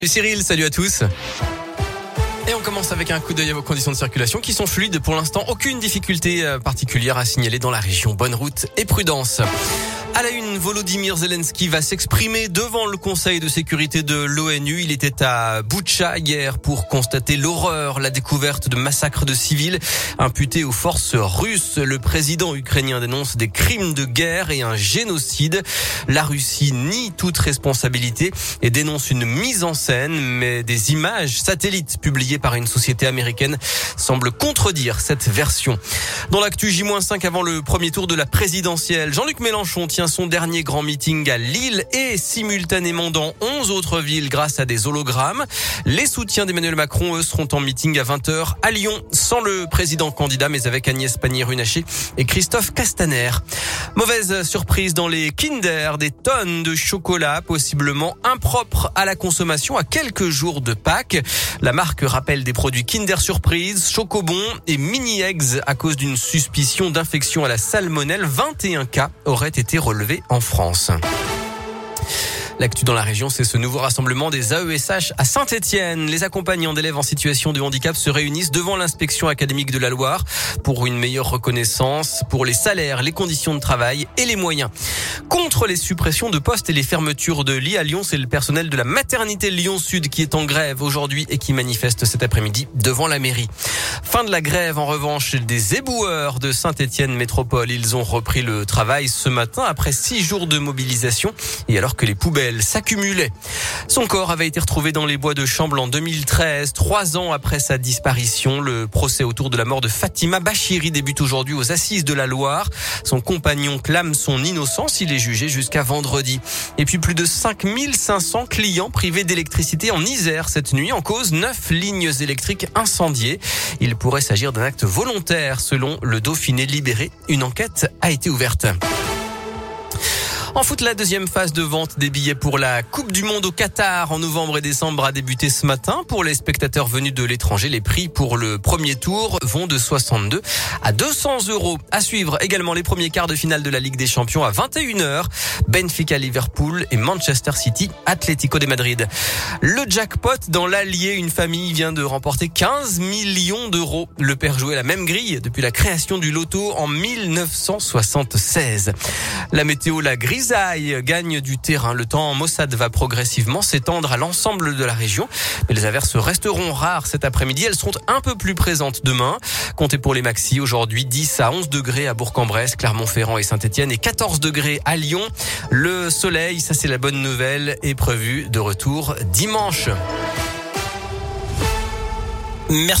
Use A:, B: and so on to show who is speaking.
A: Cyril, salut à tous. Et on commence avec un coup d'œil à vos conditions de circulation qui sont fluides pour l'instant. Aucune difficulté particulière à signaler dans la région. Bonne route et prudence. À la une, Volodymyr Zelensky va s'exprimer devant le Conseil de sécurité de l'ONU. Il était à Boutcha hier pour constater l'horreur, la découverte de massacres de civils imputés aux forces russes. Le président ukrainien dénonce des crimes de guerre et un génocide. La Russie nie toute responsabilité et dénonce une mise en scène, mais des images satellites publiées par une société américaine semblent contredire cette version. Dans l'actu J-5 avant le premier tour de la présidentielle, Jean-Luc Mélenchon tient son dernier grand meeting à Lille et simultanément dans 11 autres villes grâce à des hologrammes. Les soutiens d'Emmanuel Macron, eux, seront en meeting à 20h à Lyon, sans le président candidat, mais avec Agnès Pannier-Runacher et Christophe Castaner. Mauvaise surprise dans les Kinder, des tonnes de chocolat possiblement impropres à la consommation à quelques jours de Pâques. La marque rappelle des produits Kinder Surprise, Chocobon et Mini Eggs à cause d'une suspicion d'infection à la salmonelle. 21 cas auraient été relevés en France. L'actu dans la région, c'est ce nouveau rassemblement des AESH à Saint-Étienne. Les accompagnants d'élèves en situation de handicap se réunissent devant l'inspection académique de la Loire pour une meilleure reconnaissance pour les salaires, les conditions de travail et les moyens. Contre les suppressions de postes et les fermetures de lits à Lyon, c'est le personnel de la maternité Lyon-Sud qui est en grève aujourd'hui et qui manifeste cet après-midi devant la mairie. Fin de la grève en revanche des éboueurs de Saint-Étienne Métropole. Ils ont repris le travail ce matin après 6 jours de mobilisation et alors que les poubelles s'accumulaient. Son corps avait été retrouvé dans les bois de Chamble en 2013, 3 ans après sa disparition. Le procès autour de la mort de Fatima Bachiri débute aujourd'hui aux Assises de la Loire. Son compagnon clame son innocence. Il est jugé jusqu'à vendredi. Et puis plus de 5500 clients privés d'électricité en Isère cette nuit. En cause, 9 lignes électriques incendiées. Il pourrait s'agir d'un acte volontaire selon le Dauphiné libéré. Une enquête a été ouverte. En foot, la deuxième phase de vente des billets pour la Coupe du Monde au Qatar en novembre et décembre a débuté ce matin. Pour les spectateurs venus de l'étranger, les prix pour le premier tour vont de 62 à 200 euros. À suivre également les premiers quarts de finale de la Ligue des Champions à 21h. Benfica Liverpool et Manchester City Atlético de Madrid. Le jackpot dans l'Allier, une famille vient de remporter 15 millions d'euros. Le père jouait la même grille depuis la création du loto en 1976. La météo, la grisaille gagne du terrain. Le temps en Mossad va progressivement s'étendre à l'ensemble de la région. Mais les averses resteront rares cet après-midi. Elles seront un peu plus présentes demain. Comptez pour les maxis aujourd'hui 10 à 11 degrés à Bourg-en-Bresse, Clermont-Ferrand et Saint-Étienne et 14 degrés à Lyon. Le soleil, ça c'est la bonne nouvelle, est prévu de retour dimanche. Merci.